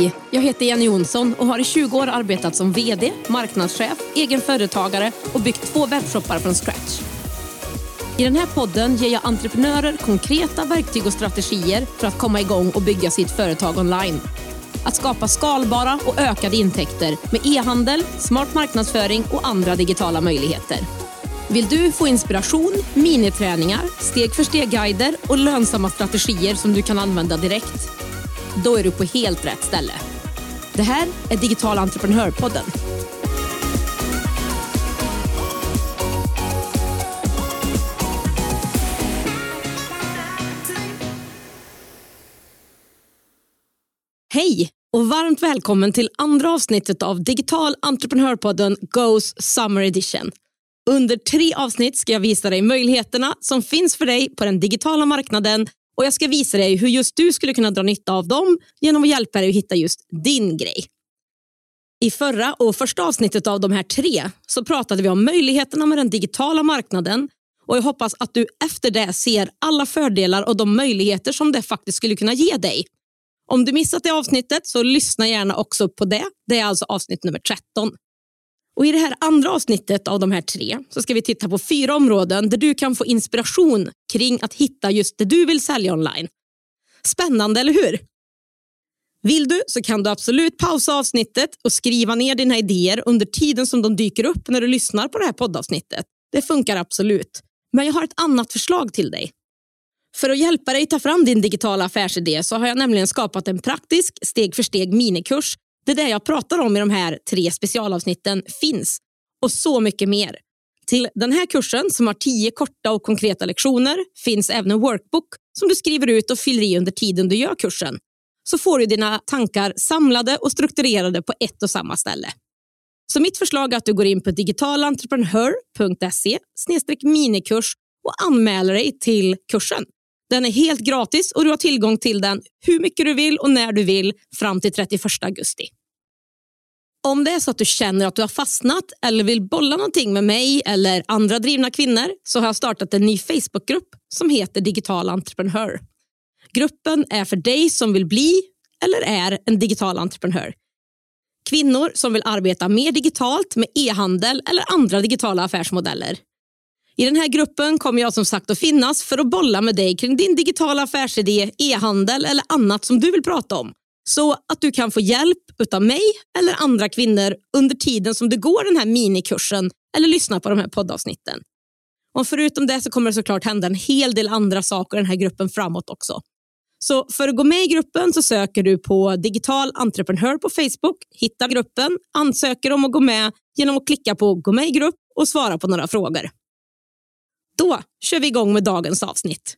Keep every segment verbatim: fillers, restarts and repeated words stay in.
Hej, jag heter Jenny Jonsson och har i tjugo år arbetat som vd, marknadschef, egen företagare och byggt två webbshoppar från scratch. I den här podden ger jag entreprenörer konkreta verktyg och strategier för att komma igång och bygga sitt företag online. Att skapa skalbara och ökade intäkter med e-handel, smart marknadsföring och andra digitala möjligheter. Vill du få inspiration, miniträningar, steg för steg-guider och lönsamma strategier som du kan använda direkt? Då är du på helt rätt ställe. Det här är Digital Entreprenörpodden. Hej och varmt välkommen till andra avsnittet av Digital Entreprenörpodden Go's Summer Edition. Under tre avsnitt ska jag visa dig möjligheterna som finns för dig på den digitala marknaden och jag ska visa dig hur just du skulle kunna dra nytta av dem genom att hjälpa dig att hitta just din grej. I förra och första avsnittet av de här tre så pratade vi om möjligheterna med den digitala marknaden och jag hoppas att du efter det ser alla fördelar och de möjligheter som det faktiskt skulle kunna ge dig. Om du missat det avsnittet så lyssna gärna också på det. Det är alltså avsnitt nummer tretton. Och i det här andra avsnittet av de här tre så ska vi titta på fyra områden där du kan få inspiration kring att hitta just det du vill sälja online. Spännande, eller hur? Vill du så kan du absolut pausa avsnittet och skriva ner dina idéer under tiden som de dyker upp när du lyssnar på det här poddavsnittet. Det funkar absolut. Men jag har ett annat förslag till dig. För att hjälpa dig ta fram din digitala affärsidé så har jag nämligen skapat en praktisk steg för steg minikurs där det jag pratar om i de här tre specialavsnitten finns och så mycket mer. Till den här kursen som har tio korta och konkreta lektioner finns även en workbook som du skriver ut och fyller i under tiden du gör kursen. Så får du dina tankar samlade och strukturerade på ett och samma ställe. Så mitt förslag är att du går in på digitalentreprenör punkt se slash minikurs och anmäler dig till kursen. Den är helt gratis och du har tillgång till den hur mycket du vill och när du vill fram till trettioförsta augusti. Om det är så att du känner att du har fastnat eller vill bolla någonting med mig eller andra drivna kvinnor så har jag startat en ny Facebookgrupp som heter Digital Entreprenör. Gruppen är för dig som vill bli eller är en digital entreprenör. Kvinnor som vill arbeta mer digitalt med e-handel eller andra digitala affärsmodeller. I den här gruppen kommer jag som sagt att finnas för att bolla med dig kring din digitala affärsidé, e-handel eller annat som du vill prata om. Så att du kan få hjälp utav mig eller andra kvinnor under tiden som du går den här minikursen eller lyssnar på de här poddavsnitten. Och förutom det så kommer det såklart hända en hel del andra saker i den här gruppen framåt också. Så för att gå med i gruppen så söker du på Digital Entreprenör på Facebook, hittar gruppen, ansöker om att gå med genom att klicka på gå med i grupp och svara på några frågor. Då kör vi igång med dagens avsnitt.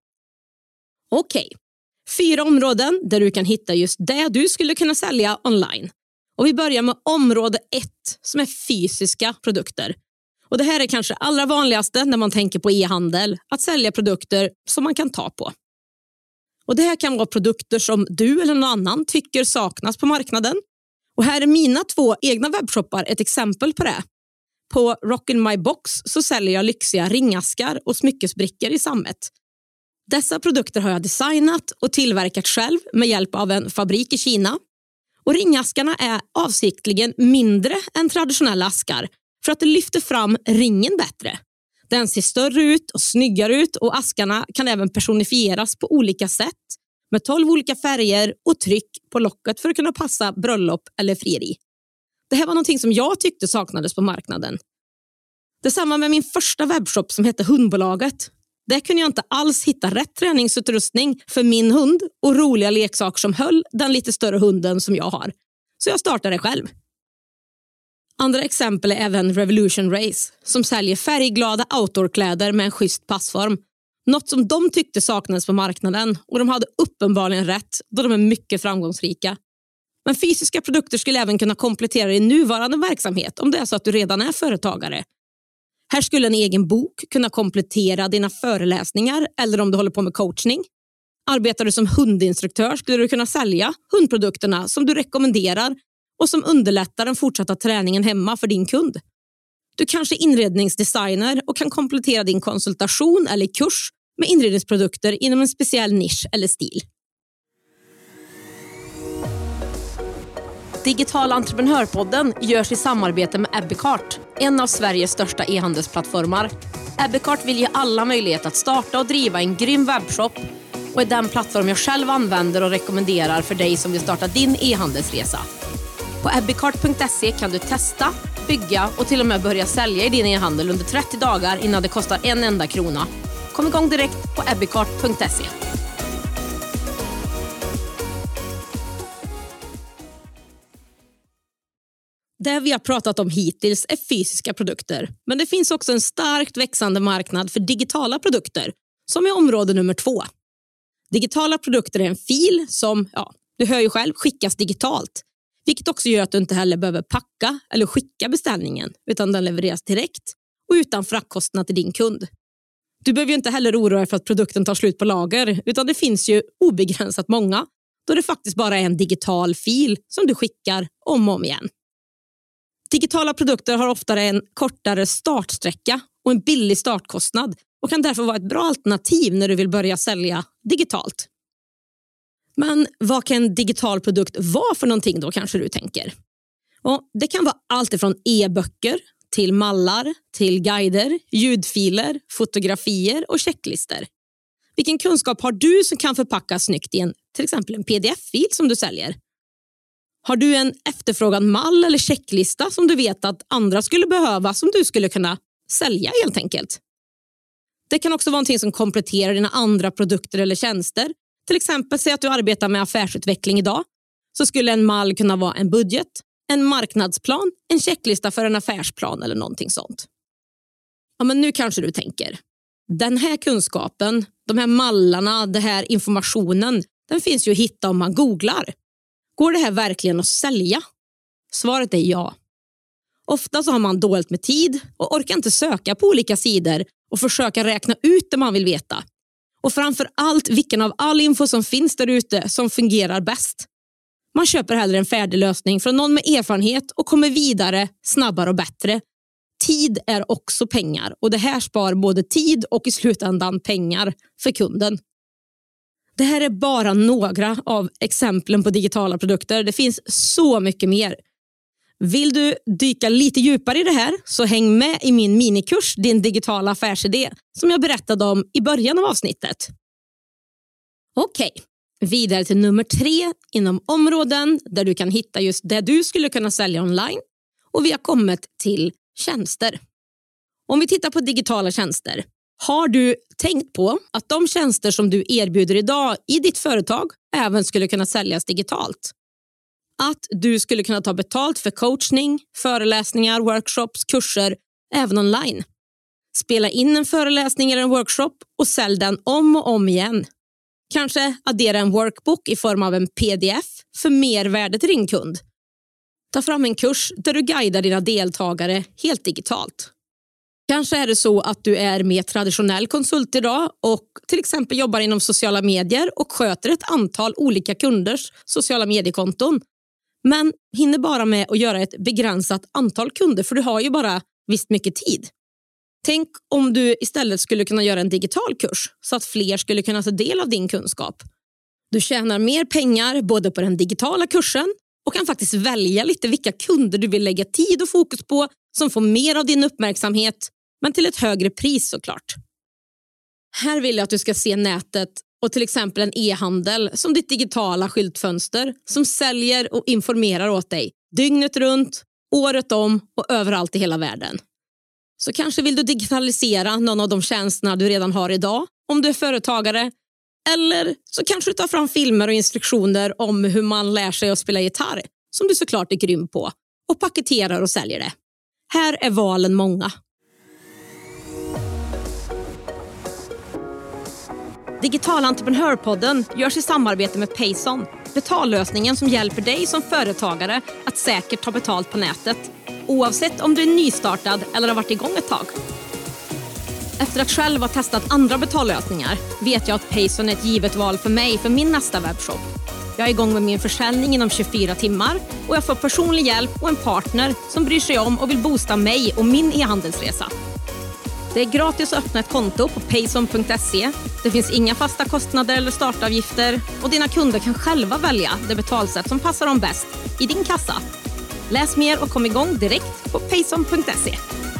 Okej, fyra områden där du kan hitta just det du skulle kunna sälja online. Och vi börjar med område ett som är fysiska produkter. Och det här är kanske allra vanligaste när man tänker på e-handel, att sälja produkter som man kan ta på. Och det här kan vara produkter som du eller någon annan tycker saknas på marknaden. Och här är mina två egna webbshoppar ett exempel på det. På Rock in My Box så säljer jag lyxiga ringaskar och smyckesbrickor i sammet. Dessa produkter har jag designat och tillverkat själv med hjälp av en fabrik i Kina. Och ringaskarna är avsiktligen mindre än traditionella askar för att det lyfter fram ringen bättre. Den ser större ut och snyggare ut och askarna kan även personifieras på olika sätt med tolv olika färger och tryck på locket för att kunna passa bröllop eller frieri. Det här var någonting som jag tyckte saknades på marknaden. Detsamma med min första webbshop som hette Hundbolaget. Där kunde jag inte alls hitta rätt träningsutrustning för min hund och roliga leksaker som höll den lite större hunden som jag har. Så jag startade själv. Andra exempel är även Revolution Race som säljer färgglada outdoorkläder med en schysst passform. Något som de tyckte saknades på marknaden och de hade uppenbarligen rätt då de är mycket framgångsrika. Men fysiska produkter skulle även kunna komplettera din nuvarande verksamhet om det är så att du redan är företagare. Här skulle en egen bok kunna komplettera dina föreläsningar eller om du håller på med coachning. Arbetar du som hundinstruktör skulle du kunna sälja hundprodukterna som du rekommenderar och som underlättar den fortsatta träningen hemma för din kund. Du kanske är inredningsdesigner och kan komplettera din konsultation eller kurs med inredningsprodukter inom en speciell nisch eller stil. Digital entreprenörpodden görs i samarbete med Ebbecart, en av Sveriges största e-handelsplattformar. Ebbecart vill ge alla möjlighet att starta och driva en grym webbshop och är den plattform jag själv använder och rekommenderar för dig som vill starta din e-handelsresa. På ebbecart punkt se kan du testa, bygga och till och med börja sälja i din e-handel under trettio dagar innan det kostar en enda krona. Kom igång direkt på ebbecart punkt se. Det vi har pratat om hittills är fysiska produkter, men det finns också en starkt växande marknad för digitala produkter, som är område nummer två. Digitala produkter är en fil som, ja, du hör ju själv, skickas digitalt, vilket också gör att du inte heller behöver packa eller skicka beställningen, utan den levereras direkt och utan fraktkostnad till din kund. Du behöver ju inte heller oroa dig för att produkten tar slut på lager, utan det finns ju obegränsat många, då det faktiskt bara är en digital fil som du skickar om och om igen. Digitala produkter har oftare en kortare startsträcka och en billig startkostnad och kan därför vara ett bra alternativ när du vill börja sälja digitalt. Men vad kan en digital produkt vara för någonting då, kanske du tänker? Och det kan vara allt ifrån e-böcker till mallar, till guider, ljudfiler, fotografier och checklister. Vilken kunskap har du som kan förpackas snyggt i en, till exempel en pdf-fil som du säljer? Har du en efterfrågad mall eller checklista som du vet att andra skulle behöva som du skulle kunna sälja helt enkelt? Det kan också vara någonting som kompletterar dina andra produkter eller tjänster. Till exempel, säg att du arbetar med affärsutveckling idag, så skulle en mall kunna vara en budget, en marknadsplan, en checklista för en affärsplan eller någonting sånt. Ja, men nu kanske du tänker, den här kunskapen, de här mallarna, den här informationen, den finns ju att hitta om man googlar. Går det här verkligen att sälja? Svaret är ja. Ofta så har man dåligt med tid och orkar inte söka på olika sidor och försöka räkna ut det man vill veta. Och framför allt vilken av all info som finns där ute som fungerar bäst. Man köper hellre en färdig lösning från någon med erfarenhet och kommer vidare snabbare och bättre. Tid är också pengar och det här spar både tid och i slutändan pengar för kunden. Det här är bara några av exemplen på digitala produkter. Det finns så mycket mer. Vill du dyka lite djupare i det här så häng med i min minikurs Din digitala affärsidé som jag berättade om i början av avsnittet. Okej, vidare till nummer tre inom områden där du kan hitta just det du skulle kunna sälja online. Och vi har kommit till tjänster. Om vi tittar på digitala tjänster. Har du tänkt på att de tjänster som du erbjuder idag i ditt företag även skulle kunna säljas digitalt? Att du skulle kunna ta betalt för coachning, föreläsningar, workshops, kurser, även online. Spela in en föreläsning eller en workshop och sälj den om och om igen. Kanske addera en workbook i form av en pdf för mer värde till din kund. Ta fram en kurs där du guidar dina deltagare helt digitalt. Kanske är det så att du är mer traditionell konsult idag och till exempel jobbar inom sociala medier och sköter ett antal olika kunders sociala mediekonton. Men hinner bara med att göra ett begränsat antal kunder för du har ju bara visst mycket tid. Tänk om du istället skulle kunna göra en digital kurs så att fler skulle kunna ta del av din kunskap. Du tjänar mer pengar både på den digitala kursen och kan faktiskt välja lite vilka kunder du vill lägga tid och fokus på som får mer av din uppmärksamhet men till ett högre pris såklart. Här vill jag att du ska se nätet och till exempel en e-handel som ditt digitala skyltfönster som säljer och informerar åt dig dygnet runt, året om och överallt i hela världen. Så kanske vill du digitalisera någon av de tjänsterna du redan har idag om du är företagare. Eller så kanske du tar fram filmer och instruktioner om hur man lär sig att spela gitarr som du såklart är grym på och paketerar och säljer det. Här är valen många. Digital entreprenörpodden görs i samarbete med Payson, betallösningen som hjälper dig som företagare att säkert ta betalt på nätet, oavsett om du är nystartad eller har varit igång ett tag. Efter att själv ha testat andra betallösningar vet jag att Payson är ett givet val för mig för min nästa webbshop. Jag är igång med min försäljning inom tjugofyra timmar och jag får personlig hjälp och en partner som bryr sig om och vill boosta mig och min e-handelsresa. Det är gratis att öppna ett konto på payson punkt se. Det finns inga fasta kostnader eller startavgifter och dina kunder kan själva välja det betalsätt som passar dem bäst i din kassa. Läs mer och kom igång direkt på payson punkt se.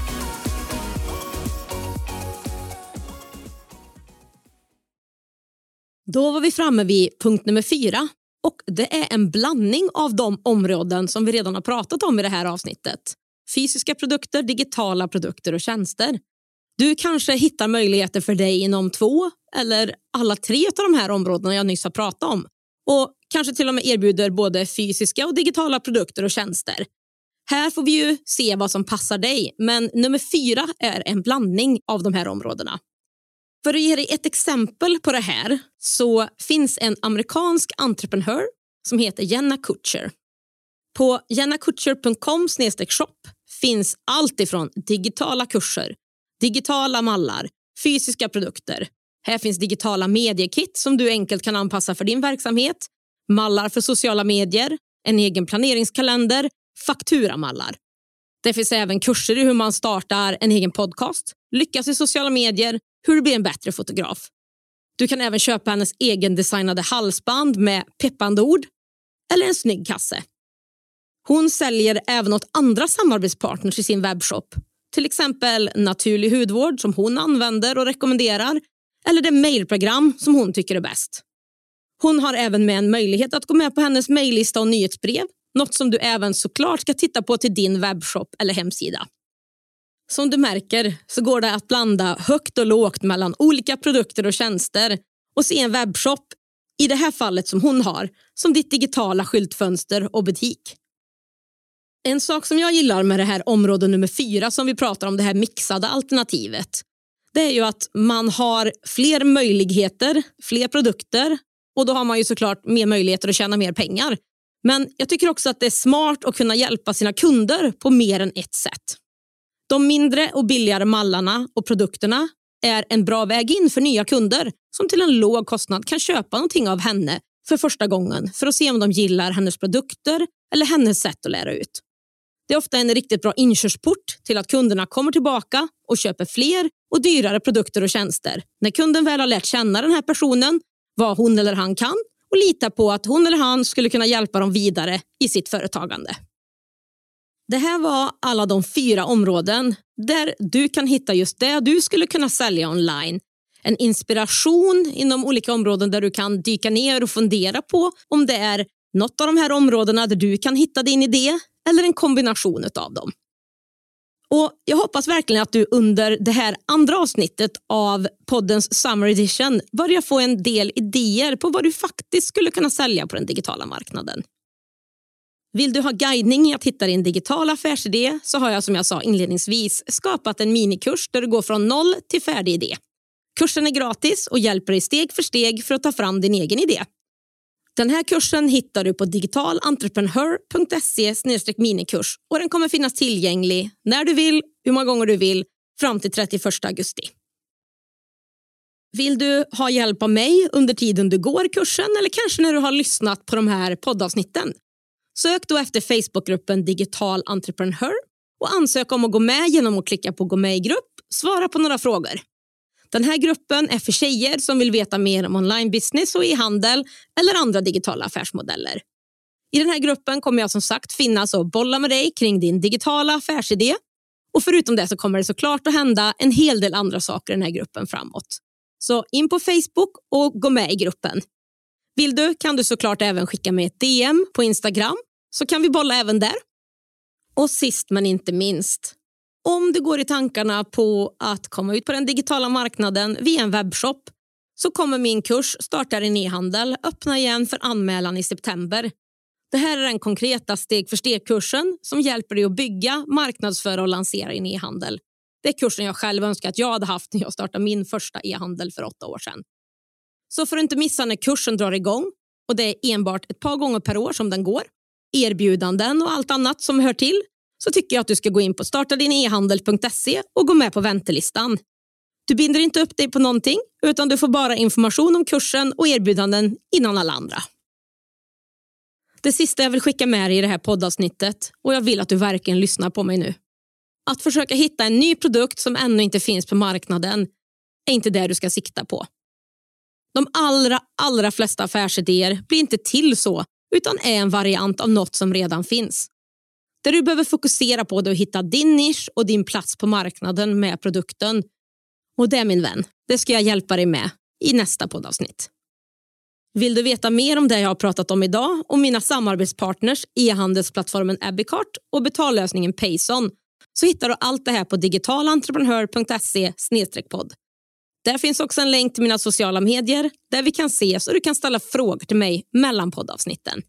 Då var vi framme vid punkt nummer fyra. Och det är en blandning av de områden som vi redan har pratat om i det här avsnittet. Fysiska produkter, digitala produkter och tjänster. Du kanske hittar möjligheter för dig inom två eller alla tre av de här områdena jag nyss har pratat om. Och kanske till och med erbjuder både fysiska och digitala produkter och tjänster. Här får vi ju se vad som passar dig, men nummer fyra är en blandning av de här områdena. För att ge dig ett exempel på det här så finns en amerikansk entreprenör som heter Jenna Kutcher. På jenna kutcher punkt com slash shop finns allt ifrån digitala kurser, digitala mallar, fysiska produkter. Här finns digitala mediekit som du enkelt kan anpassa för din verksamhet, mallar för sociala medier, en egen planeringskalender, fakturamallar. Det finns även kurser i hur man startar en egen podcast, lyckas i sociala medier, hur du blir en bättre fotograf. Du kan även köpa hennes egen designade halsband med peppande ord eller en snygg kasse. Hon säljer även åt andra samarbetspartners i sin webbshop. Till exempel naturlig hudvård som hon använder och rekommenderar eller det mejlprogram som hon tycker är bäst. Hon har även med en möjlighet att gå med på hennes mejllista och nyhetsbrev, något som du även såklart ska titta på till din webbshop eller hemsida. Som du märker så går det att blanda högt och lågt mellan olika produkter och tjänster och se en webbshop, i det här fallet som hon har, som ditt digitala skyltfönster och butik. En sak som jag gillar med det här område nummer fyra som vi pratar om, det här mixade alternativet, det är ju att man har fler möjligheter, fler produkter och då har man ju såklart mer möjligheter att tjäna mer pengar. Men jag tycker också att det är smart att kunna hjälpa sina kunder på mer än ett sätt. De mindre och billigare mallarna och produkterna är en bra väg in för nya kunder som till en låg kostnad kan köpa någonting av henne för första gången för att se om de gillar hennes produkter eller hennes sätt att lära ut. Det är ofta en riktigt bra inkörsport till att kunderna kommer tillbaka och köper fler och dyrare produkter och tjänster när kunden väl har lärt känna den här personen, vad hon eller han kan och litar på att hon eller han skulle kunna hjälpa dem vidare i sitt företagande. Det här var alla de fyra områden där du kan hitta just det du skulle kunna sälja online. En inspiration inom olika områden där du kan dyka ner och fundera på om det är något av de här områdena där du kan hitta din idé eller en kombination av dem. Och jag hoppas verkligen att du under det här andra avsnittet av poddens Summer Edition börjar få en del idéer på vad du faktiskt skulle kunna sälja på den digitala marknaden. Vill du ha guidning i att hitta din digitala affärsidé så har jag som jag sa inledningsvis skapat en minikurs där du går från noll till färdig idé. Kursen är gratis och hjälper dig steg för steg för att ta fram din egen idé. Den här kursen hittar du på digitalentreprenör punkt se slash minikurs och den kommer finnas tillgänglig när du vill, hur många gånger du vill, fram till trettioförsta augusti. Vill du ha hjälp av mig under tiden du går kursen eller kanske när du har lyssnat på de här poddavsnitten? Sök då efter Facebookgruppen Digital Entreprenör och ansök om att gå med genom att klicka på gå med i grupp, svara på några frågor. Den här gruppen är för tjejer som vill veta mer om online business och e-handel eller andra digitala affärsmodeller. I den här gruppen kommer jag som sagt finnas och bolla med dig kring din digitala affärsidé. Och förutom det så kommer det såklart att hända en hel del andra saker i den här gruppen framåt. Så in på Facebook och gå med i gruppen. Vill du kan du såklart även skicka mig ett D M på Instagram så kan vi bolla även där. Och sist men inte minst, om du går i tankarna på att komma ut på den digitala marknaden via en webbshop så kommer min kurs Starta din e-handel öppna igen för anmälan i september. Det här är den konkreta steg för steg-kursen som hjälper dig att bygga, marknadsföra och lansera din e-handel. Det är kursen jag själv önskar att jag hade haft när jag startade min första e-handel för åtta år sedan. Så för att inte missa när kursen drar igång, och det är enbart ett par gånger per år som den går, erbjudanden och allt annat som hör till, så tycker jag att du ska gå in på starta din e handel punkt se och gå med på väntelistan. Du binder inte upp dig på någonting utan du får bara information om kursen och erbjudanden innan alla andra. Det sista jag vill skicka med dig i det här poddavsnittet, och jag vill att du verkligen lyssnar på mig nu. Att försöka hitta en ny produkt som ännu inte finns på marknaden är inte det du ska sikta på. De allra, allra flesta affärsidéer blir inte till så utan är en variant av något som redan finns. Där du behöver fokusera på att hitta din nisch och din plats på marknaden med produkten. Och det, min vän, det ska jag hjälpa dig med i nästa poddavsnitt. Vill du veta mer om det jag har pratat om idag och mina samarbetspartners, e-handelsplattformen Abicart och betallösningen Payson, så hittar du allt det här på digitalentreprenör punkt se slash podd. Där finns också en länk till mina sociala medier där vi kan ses och du kan ställa frågor till mig mellan poddavsnitten.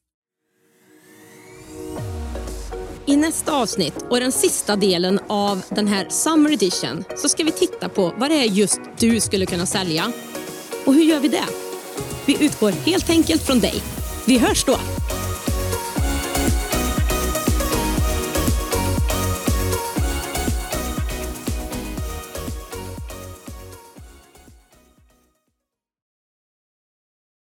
I nästa avsnitt och den sista delen av den här Summer Edition så ska vi titta på vad det är just du skulle kunna sälja. Och hur gör vi det? Vi utgår helt enkelt från dig. Vi hörs då!